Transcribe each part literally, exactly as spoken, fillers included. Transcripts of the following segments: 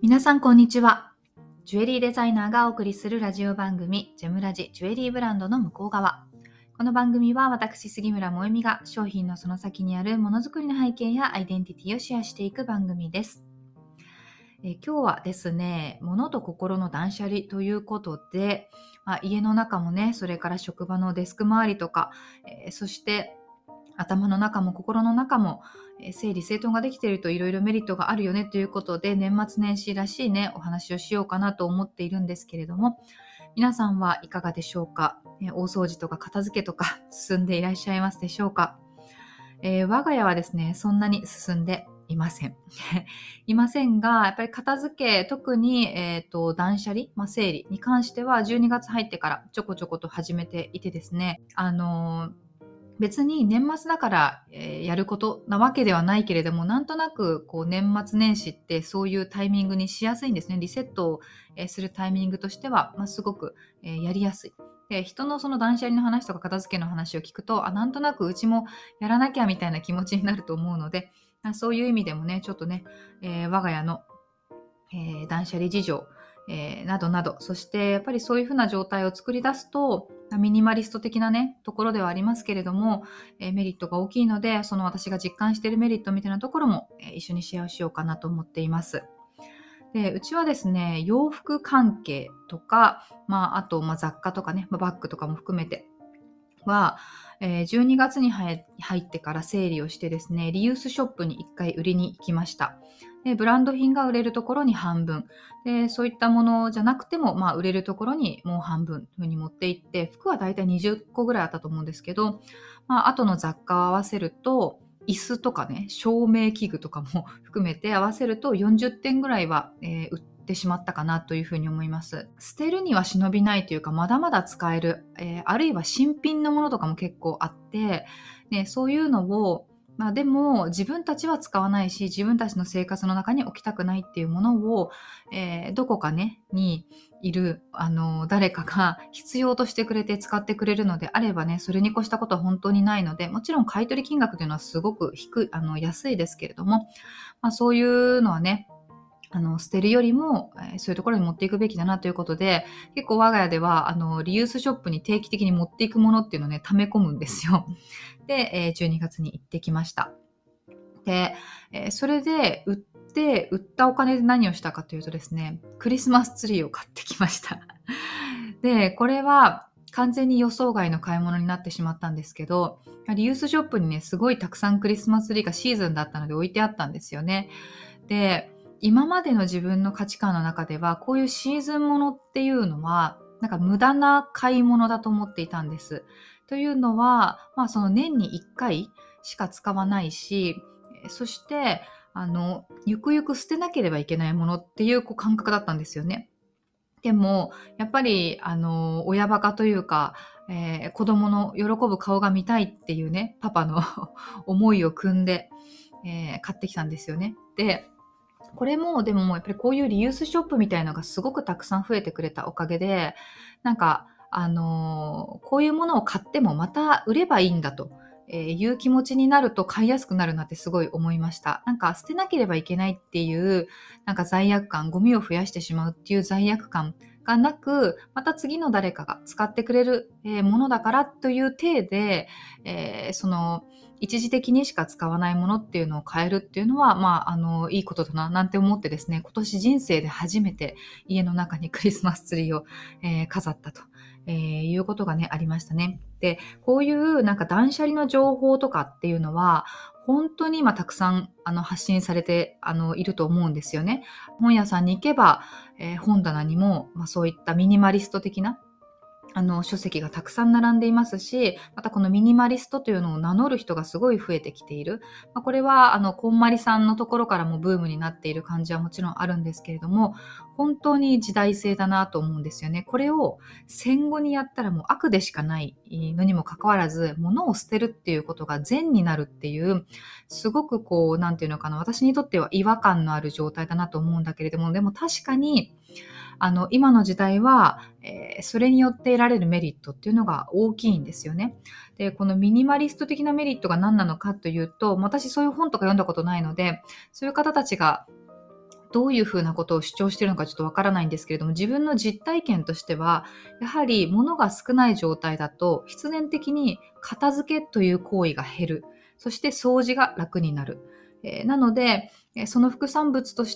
皆さんこんにちは。ジュエリーデザイナーがお送りするラジオ番組ジェムラジジュエリーブランドの向こう側。この番組は私杉村萌実が商品のその先にあるものづくりの背景やアイデンティティをシェアしていく番組です。え今日はですね、物と心の断捨離ということで、まあ、家の中もね、それから職場のデスク周りとか、えーそして頭の中も心の中もえー整理整頓ができているといろいろメリットがあるよねということで、年末年始らしいねお話をしようかなと思っているんですけれども、皆さんはいかがでしょうか。えー大掃除とか片付けとか進んでいらっしゃいますでしょうか。えー我が家はですね、そんなに進んでいません。いませんが、やっぱり片付け、特に、えーと断捨離、まあ、整理に関してはじゅうにがつ入ってからちょこちょこと始めていてですね、あのー別に年末だから、えーやることなわけではないけれども、なんとなくこう年末年始ってそういうタイミングにしやすいんですね。リセットを、えーするタイミングとしては、まあ、すごく、えーやりやすい。で、人のその断捨離の話とか片付けの話を聞くと、あ、なんとなくうちもやらなきゃみたいな気持ちになると思うので、あそういう意味でもね、ちょっとね、えー我が家のえー断捨離事情、えーなどなど、そしてやっぱりそういうふうな状態を作り出すと、ミニマリスト的なね、ところではありますけれども、えーメリットが大きいので、その私が実感しているメリットみたいなところも、えー一緒にシェアしようかなと思っています。で、うちはですね、洋服関係とか、まあ、あと、まあ、雑貨とかね、まあバッグとかも含めて、は、えーじゅうにがつに入ってから整理をしてですね、リユースショップにいっかい売りに行きました。で、ブランド品が売れるところに半分。で、そういったものじゃなくても、まあ、売れるところにもう半分というふうに持って行って、服はだいたいにじゅっこぐらいあったと思うんですけど、まあ、後の雑貨を合わせると、椅子とかね、照明器具とかも含めて合わせるとよんじゅってんぐらいは、えー売ってしまったかなというふうに思います。捨てるには忍びないというか、まだまだ使える、えーあるいは新品のものとかも結構あって、ね、そういうのを、まあでも自分たちは使わないし、自分たちの生活の中に置きたくないっていうものを、えーどこかね、にいる、あの、誰かが必要としてくれて使ってくれるのであればね、それに越したことは本当にないので、もちろん買い取り金額というのはすごく低い、あの、安いですけれども、まあそういうのはね、あの、捨てるよりも、えーそういうところに持っていくべきだなということで、結構我が家では、あの、リユースショップに定期的に持っていくものっていうのをね、溜め込むんですよ。で、えーじゅうにがつに行ってきました。で、えーそれで売って、売ったお金で何をしたかというとですね、クリスマスツリーを買ってきました。で、これは完全に予想外の買い物になってしまったんですけど、リユースショップにね、すごいたくさんクリスマスツリーがシーズンだったので置いてあったんですよね。で、今までの自分の価値観の中では、こういうシーズンものっていうのは、なんか無駄な買い物だと思っていたんです。というのは、まあその年にいっかいしか使わないし、えそして、あの、ゆくゆく捨てなければいけないものっていうこう感覚だったんですよね。でも、やっぱり、あの、親バカというか、えー子供の喜ぶ顔が見たいっていうね、パパの思いを汲んで、えー買ってきたんですよね。で、これも、でももうやっぱりこういうリユースショップみたいのがすごくたくさん増えてくれたおかげで、なんか、あのーこういうものを買ってもまた売ればいいんだと、えーいう気持ちになると買いやすくなるなってすごい思いました。なんか捨てなければいけないっていう、なんか罪悪感、ゴミを増やしてしまうっていう罪悪感がなく、また次の誰かが使ってくれる、えーものだからという体で、えーその、一時的にしか使わないものっていうのを変えるっていうのは、まあ、あの、いいことだな、なんて思ってですね、今年人生で初めて家の中にクリスマスツリーを、えー飾ったと、えーいうことがね、ありましたね。で、こういうなんか断捨離の情報とかっていうのは、本当に今たくさんあの発信されてあのいると思うんですよね。本屋さんに行けば、えー本棚にも、まあ、そういったミニマリスト的なあの、書籍がたくさん並んでいますし、またこのミニマリストというのを名乗る人がすごい増えてきている。まあ、これは、あの、こんまりさんのところからもブームになっている感じはもちろんあるんですけれども、本当に時代性だなと思うんですよね。これを戦後にやったらもう悪でしかないのにもかかわらず、物を捨てるっていうことが善になるっていう、すごくこう、なんていうのかな、私にとっては違和感のある状態だなと思うんだけれども、でも確かに、あの、今の時代は、えーそれによって得られるメリットっていうのが大きいんですよね。で、このミニマリスト的なメリットが何なのかというと、私そういう本とか読んだことないので、そういう方たちがどういうふうなことを主張しているのかちょっとわからないんですけれども、自分の実体験としては、やはり物が少ない状態だと、必然的に片付けという行為が減る。そして掃除が楽になる。えーなので、えーその副産物として、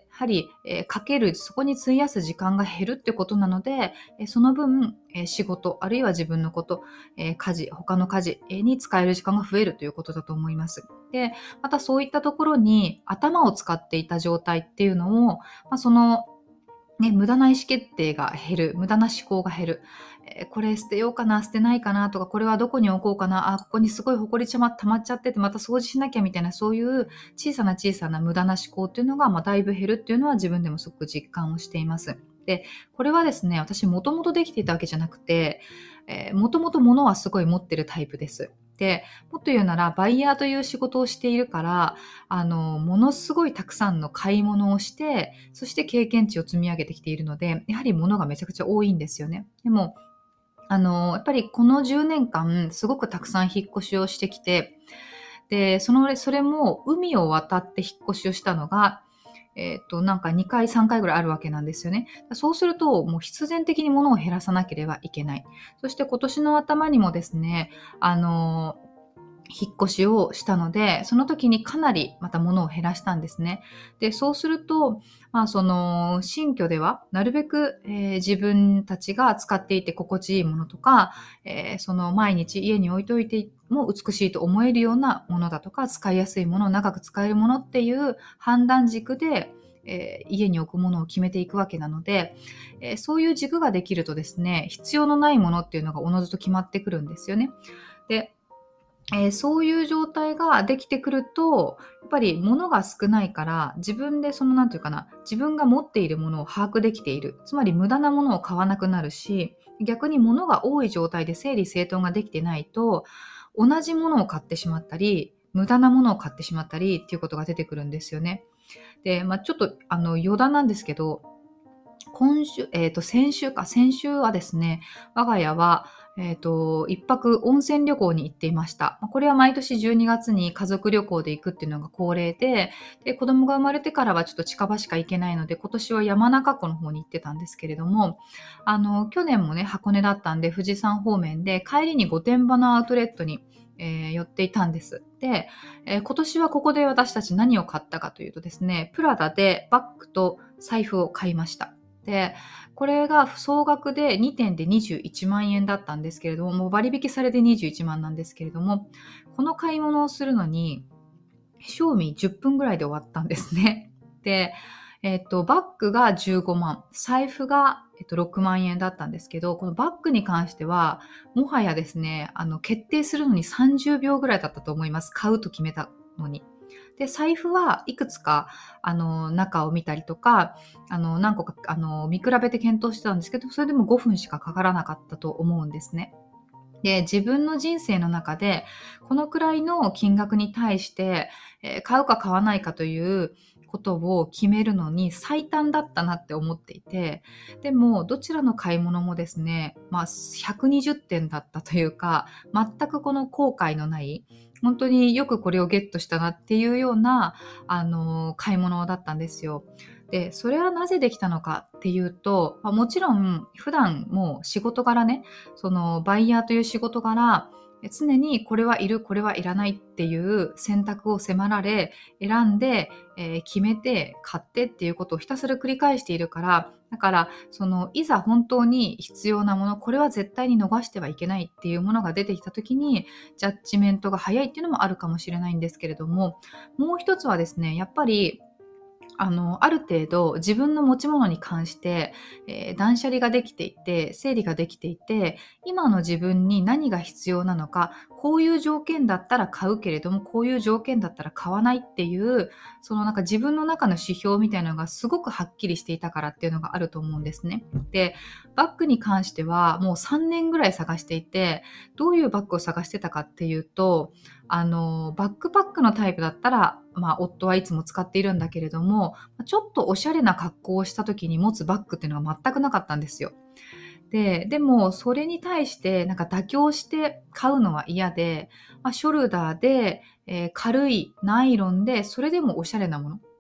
やはり、えーかける、そこに費やす時間が減るってことなので、えーその分、えー仕事、あるいは自分のこと、えー家事、他の家事えーに使える時間が増えるということだと思います。で、またそういったところに頭を使っていた状態っていうのを、まあ、その、ね、無駄な意思決定が減る、無駄な思考が減る、えーこれ捨てようかな、捨てないかなとか、これはどこに置こうかな、あ、ここにすごい埃ちゃま溜まっちゃってて、また掃除しなきゃみたいな、そういう小さな小さな無駄な思考っていうのが、まあ、だいぶ減るっていうのは自分でもすごく実感をしています。で、これはですね、私もともとできていたわけじゃなくて、えー、もともと物はすごい持ってるタイプです。で、もっと言うなら、バイヤーという仕事をしているから、あの、ものすごいたくさんの買い物をして、そして経験値を積み上げてきているので、やはり物がめちゃくちゃ多いんですよね。でも、あの、やっぱりこのじゅうねんかん、すごくたくさん引っ越しをしてきて、で、その、それも海を渡って引っ越しをしたのが、えっと、なんかにかい、さんかいぐらいあるわけなんですよね。そうすると、もう必然的に物を減らさなければいけない。そして今年の頭にもですね、あの、引っ越しをしたので、その時にかなりまた物を減らしたんですね。で、そうすると、まあ、その、新居では、なるべく、えー自分たちが使っていて心地いいものとか、えーその毎日家に置いといても美しいと思えるようなものだとか、使いやすいもの、長く使えるものっていう判断軸で、えー家に置くものを決めていくわけなので、えーそういう軸ができるとですね、必要のないものっていうのがおのずと決まってくるんですよね。で、えーそういう状態ができてくると、やっぱり物が少ないから、自分でその、なんていうかな、自分が持っているものを把握できている。つまり無駄なものを買わなくなるし、逆に物が多い状態で整理整頓ができてないと、同じものを買ってしまったり、無駄なものを買ってしまったりっていうことが出てくるんですよね。で、まあ、ちょっとあの余談なんですけど、今週、えっと、先週か、先週はですね、我が家は、えっと、一泊温泉旅行に行っていました。まあこれは毎年じゅうにがつに家族旅行で行くっていうのが恒例で、で、子供が生まれてからはちょっと近場しか行けないので、今年は山中湖の方に行ってたんですけれども、あの、去年もね、箱根だったんで、富士山方面で、帰りに御殿場のアウトレットに、えー寄っていたんです。で、えー今年はここで私たち何を買ったかというとですね、プラダでバッグと財布を買いました。で、これが総額でにてんでにじゅういちまん円だったんですけれども、もう割引されてにじゅういちまんなんですけれども、この買い物をするのに、賞味じゅっぷんぐらいで終わったんですね。で、えっと、バッグがじゅうごまん、財布が、えっと、ろくまん円だったんですけど、このバッグに関しては、もはやですね、あの、決定するのにさんじゅうびょうぐらいだったと思います。買うと決めたのに。で、財布はいくつか、あの、中を見たりとか、あの、何個か、あの、見比べて検討してたんですけど、それでもごふんしかかからなかったと思うんですね。で、自分の人生の中で、このくらいの金額に対して、えー買うか買わないかということを決めるのに最短だったなって思っていて、でも、どちらの買い物もですね、まあ、ひゃくにじゅってんだったというか、全くこの後悔のない、本当によくこれをゲットしたなっていうような、あの、買い物だったんですよ。で、それはなぜできたのかっていうと、まあ、もちろん普段もう仕事柄ね、そのバイヤーという仕事柄、常にこれはいる、これはいらないっていう選択を迫られ、選んで、えー決めて、買ってっていうことをひたすら繰り返しているから、だから、その、いざ本当に必要なもの、これは絶対に逃してはいけないっていうものが出てきたときに、ジャッジメントが早いっていうのもあるかもしれないんですけれども、もう一つはですね、やっぱり、あの、ある程度自分の持ち物に関して、えー断捨離ができていて、整理ができていて、今の自分に何が必要なのか、こういう条件だったら買うけれども、こういう条件だったら買わないっていう、そのなんか自分の中の指標みたいなのがすごくはっきりしていたからっていうのがあると思うんですね。で、バッグに関してはもうさんねんぐらい探していて、どういうバッグを探してたかっていうと、あの、バックパックのタイプだったら、まあ、夫はいつも使っているんだけれども、ちょっとおしゃれな格好をした時に持つバッグっていうのが全くなかったんですよ。で、でもそれに対してなんか妥協して買うのは嫌で、まあ、ショルダーで、えー軽いナイロンで、それでもおしゃれなもの。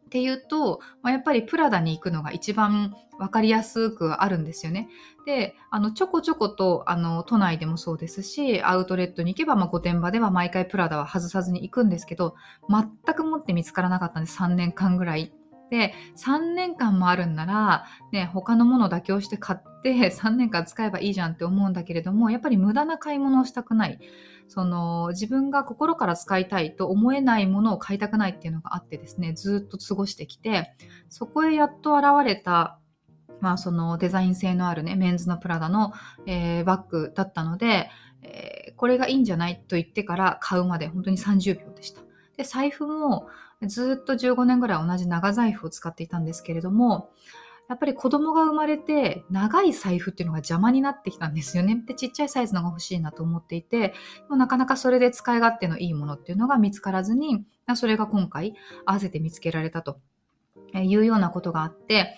っていうと、まあ、やっぱりプラダに行くのが一番分かりやすくあるんですよね。で、あのちょこちょことあの都内でもそうですし、アウトレットに行けば、まあ、御殿場では毎回プラダは外さずに行くんですけど、全くもって見つからなかったんです。さんねんかんぐらい。で、さんねんかんもあるんなら、ね、他のものを妥協して買ってさんねんかん使えばいいじゃんって思うんだけれども、やっぱり無駄な買い物をしたくない。その自分が心から使いたいと思えないものを買いたくないっていうのがあってですね、ずっと過ごしてきて、そこへやっと現れた、まあ、そのデザイン性のあるね、メンズのプラダの、えーバッグだったので、えーこれがいいんじゃないと言ってから買うまで本当にさんじゅうびょうでした。で、財布もずっとじゅうごねんぐらい同じ長財布を使っていたんですけれども、やっぱり子供が生まれて長い財布っていうのが邪魔になってきたんですよね。で、ちっちゃいサイズのが欲しいなと思っていて、もうなかなかそれで使い勝手のいいものっていうのが見つからずに、それが今回合わせて見つけられたというようなことがあって、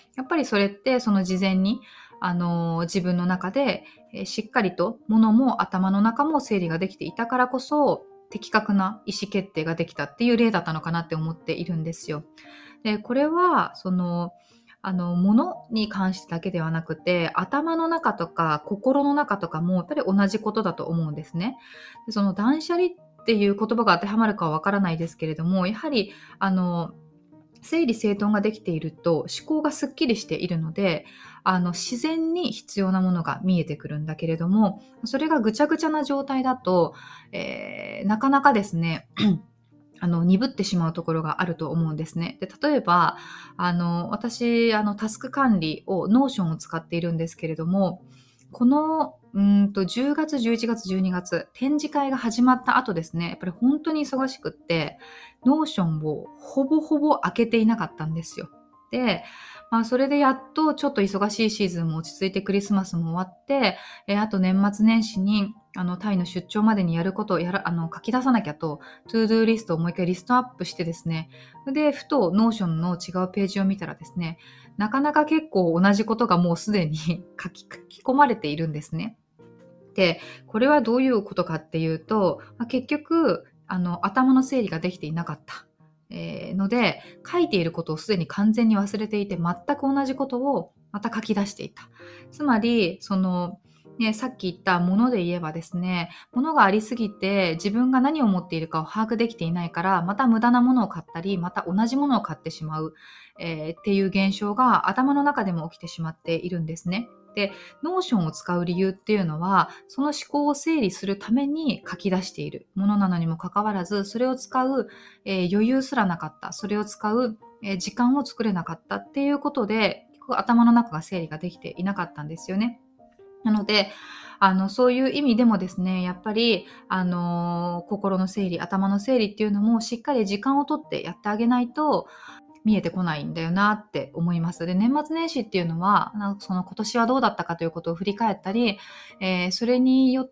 やっぱりそれってその事前にあの自分の中でえーしっかりと物も頭の中も整理ができていたからこそ、的確な意思決定ができたっていう例だったのかなって思っているんですよ。で、これはそのあの物に関してだけではなくて、頭の中とか心の中とかもやっぱり同じことだと思うんですね。で、その断捨離っていう言葉が当てはまるかはわからないですけれども、やはりあの整理整頓ができていると思考がすっきりしているので、あの自然に必要なものが見えてくるんだけれども、それがぐちゃぐちゃな状態だと、えーなかなかですねあの鈍ってしまうところがあると思うんですね。で、例えばあの私あのタスク管理をノーションを使っているんですけれども、このうーんとじゅうがつ、じゅういちがつ、じゅうにがつ、展示会が始まった後ですね、やっぱり本当に忙しくって、ノーションをほぼほぼ開けていなかったんですよ。で、まあ、それでやっとちょっと忙しいシーズンも落ち着いてクリスマスも終わって、えーあと年末年始にあのタイの出張までにやることをやらあの書き出さなきゃと、トゥードゥーリストをもう一回リストアップしてですね、で、ふとノーションの違うページを見たらですね、なかなか結構同じことがもうすでに書き書き込まれているんですね。で、これはどういうことかっていうと、まあ、結局あの頭の整理ができていなかった、えーので、書いていることをすでに完全に忘れていて、全く同じことをまた書き出していた。つまりそのね、さっき言ったもので言えばですね、ものがありすぎて自分が何を持っているかを把握できていないから、また無駄なものを買ったり、また同じものを買ってしまう、えーっていう現象が頭の中でも起きてしまっているんですね。で、ノーションを使う理由っていうのは、その思考を整理するために書き出しているものなのにもかかわらず、それを使う、えー余裕すらなかった、それを使う、えー時間を作れなかったっていうことで、結構頭の中が整理ができていなかったんですよね。なので、あの、そういう意味でもですね、やっぱり、あの、心の整理、頭の整理っていうのもしっかり時間をとってやってあげないと、見えてこないんだよなって思います。で、年末年始っていうのは、なんかその今年はどうだったかということを振り返ったり、えーそれによって、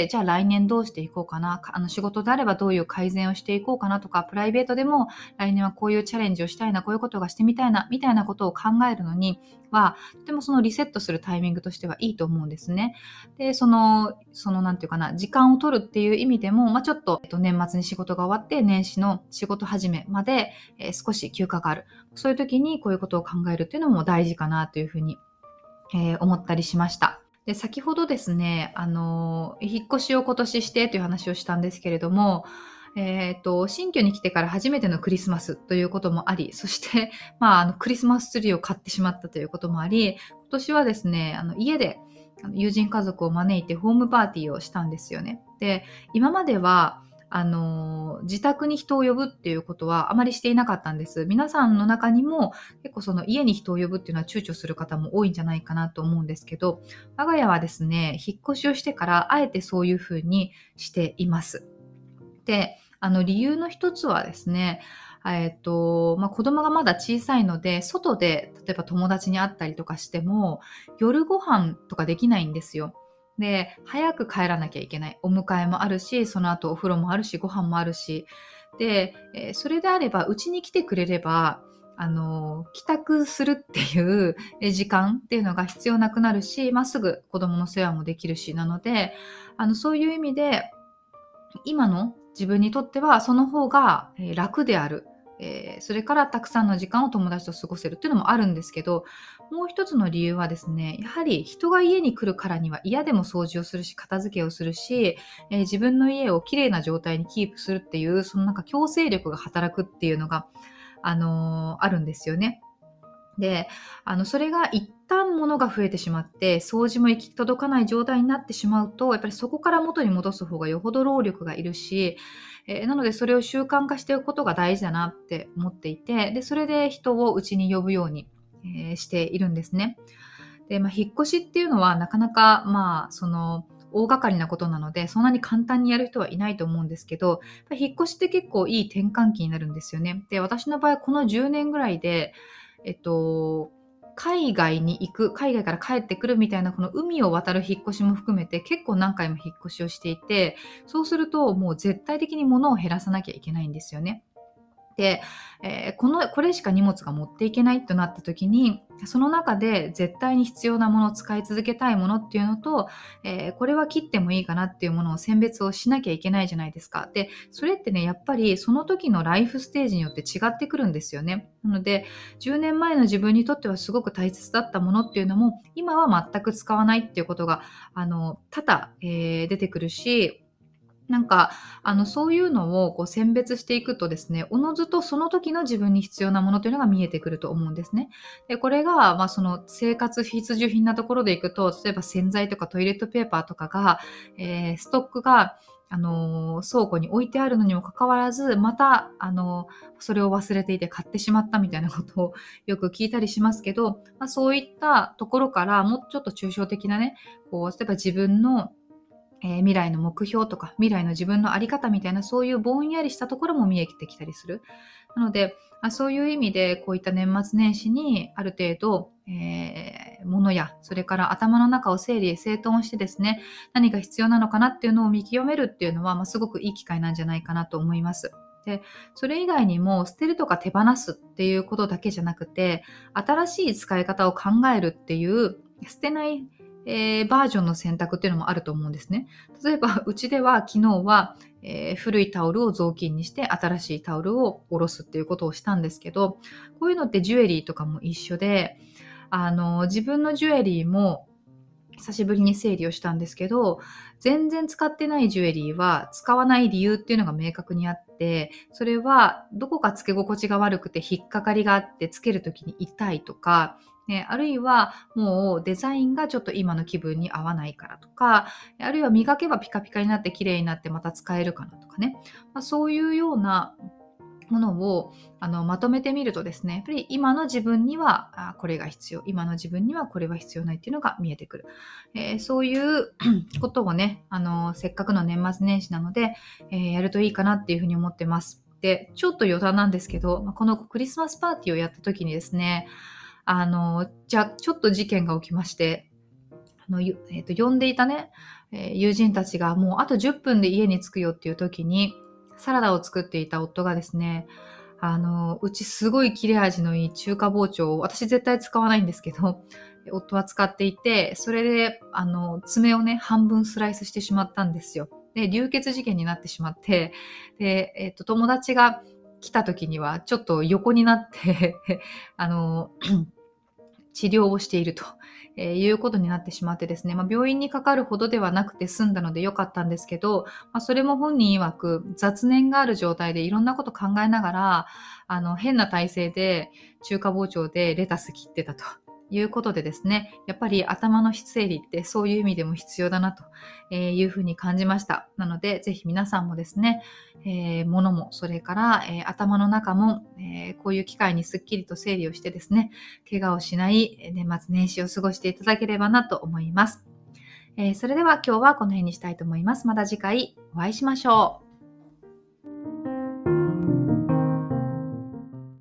じゃあ来年どうしていこうかな、かあの仕事であればどういう改善をしていこうかなとか、プライベートでも来年はこういうチャレンジをしたいな、こういうことがしてみたいな、みたいなことを考えるのには、とてもそのリセットするタイミングとしてはいいと思うんですね。で、その、そのなんていうかな、時間を取るっていう意味でも、まあ、ちょっと、えっと、年末に仕事が終わって、年始の仕事始めまで、えー少し休暇がある。そういう時にこういうことを考えるっていうのも大事かなというふうに、えー思ったりしました。で、先ほどですね、あのー引っ越しを今年してという話をしたんですけれども、えっと、新居に来てから初めてのクリスマスということもあり、そして、まあ、あの、クリスマスツリーを買ってしまったということもあり、今年はですね、あの、家であの友人家族を招いてホームパーティーをしたんですよね。で、今までは、あの、自宅に人を呼ぶっていうことはあまりしていなかったんです。皆さんの中にも結構その家に人を呼ぶっていうのは躊躇する方も多いんじゃないかなと思うんですけど、我が家はですね、引っ越しをしてからあえてそういうふうにしています。で、あの理由の一つはですね、えっと、まあ、子供がまだ小さいので、外で例えば友達に会ったりとかしても、夜ご飯とかできないんですよ。で、早く帰らなきゃいけない。お迎えもあるし、その後お風呂もあるし、ご飯もあるし。で、えーそれであれば、うちに来てくれれば、あの、帰宅するっていうえ時間っていうのが必要なくなるし、まあ、すぐ子供の世話もできるし、なので、あの、そういう意味で、今の自分にとってはその方がえー楽である。 えーそれからたくさんの時間を友達と過ごせるっていうのもあるんですけど、もう一つの理由はですね、やはり人が家に来るからには嫌でも掃除をするし、片付けをするし、えー自分の家をきれいな状態にキープするっていう、そのなんか強制力が働くっていうのが、あのーあるんですよね。で、あの、それが一旦物が増えてしまって、掃除も行き届かない状態になってしまうと、やっぱりそこから元に戻す方がよほど労力がいるし、えーなのでそれを習慣化しておくことが大事だなって思っていて、で、それで人をうちに呼ぶように、えーしているんですね。で、まあ、引っ越しっていうのはなかなか、まあ、その、大掛かりなことなので、そんなに簡単にやる人はいないと思うんですけど、やっぱり引っ越しって結構いい転換期になるんですよね。で、私の場合、このじゅうねんぐらいで、えっと、海外に行く、海外から帰ってくるみたいな、この海を渡る引っ越しも含めて結構何回も引っ越しをしていて、そうするともう絶対的に物を減らさなきゃいけないんですよね。で、えーこのこれしか荷物が持っていけないとなった時に、その中で絶対に必要なもの、使い続けたいものっていうのと、えーこれは切ってもいいかなっていうものを選別をしなきゃいけないじゃないですか。で、それってね、やっぱりその時のライフステージによって違ってくるんですよね。なので、じゅうねんまえの自分にとってはすごく大切だったものっていうのも、今は全く使わないっていうことが、あの、多々、えー出てくるし、なんか、あの、そういうのをこう選別していくとですね、おのずとその時の自分に必要なものというのが見えてくると思うんですね。で、これが、まあ、その生活必需品なところでいくと、例えば洗剤とかトイレットペーパーとかが、えーストックが、あのー倉庫に置いてあるのにもかかわらず、また、あのーそれを忘れていて買ってしまったみたいなことをよく聞いたりしますけど、まあ、そういったところから、もうちょっと抽象的なね、こう、例えば自分のえー未来の目標とか、未来の自分の在り方みたいな、そういうぼんやりしたところも見えてきたりする。なので、あそういう意味で、こういった年末年始にある程度、えー、物や、それから頭の中を整理整頓してですね、何が必要なのかなっていうのを見極めるっていうのは、まあ、すごくいい機会なんじゃないかなと思います。で、それ以外にも、捨てるとか手放すっていうことだけじゃなくて、新しい使い方を考えるっていう、捨てないえーバージョンの選択っていうのもあると思うんですね。例えば、うちでは昨日は、えー古いタオルを雑巾にして新しいタオルを下ろすっていうことをしたんですけど、こういうのってジュエリーとかも一緒で、あの、自分のジュエリーも久しぶりに整理をしたんですけど、全然使ってないジュエリーは使わない理由っていうのが明確にあって、それはどこかつけ心地が悪くて引っかかりがあってつけるときに痛いとか、ね、あるいはもうデザインがちょっと今の気分に合わないからとか、あるいは磨けばピカピカになって綺麗になってまた使えるかなとかね、まあ、そういうようなものをあのまとめてみるとですね、やっぱり今の自分にはあこれが必要、今の自分にはこれは必要ないっていうのが見えてくる。えーそういうことをね、あのせっかくの年末年始なので、えーやるといいかなっていうふうに思ってます。で、ちょっと余談なんですけど、まあこのクリスマスパーティーをやった時にですね、あの、じゃあちょっと事件が起きまして、あの、ゆえっと、呼んでいたね、えー友人たちがもうあとじゅっぷんで家に着くよっていう時に、サラダを作っていた夫がですね、あの、うちすごい切れ味のいい中華包丁を、私絶対使わないんですけど、夫は使っていて、それで、あの、爪をね、半分スライスしてしまったんですよ。で、流血事件になってしまって、で、えっと、友達が来た時には、ちょっと横になってあの、治療をしていると、えーいうことになってしまってですね、まあ、病院にかかるほどではなくて済んだので良かったんですけど、まあ、それも本人曰く雑念がある状態でいろんなこと考えながら、あの、変な体勢で中華包丁でレタス切ってたと。いうことでですね、やっぱり頭の整理ってそういう意味でも必要だなというふうに感じました。なので、ぜひ皆さんもですね、えー物も、それから、えー頭の中も、えーこういう機会にすっきりと整理をしてですね、怪我をしないえー年末年始を過ごしていただければなと思います。えーそれでは今日はこの辺にしたいと思います。また次回お会いしましょう。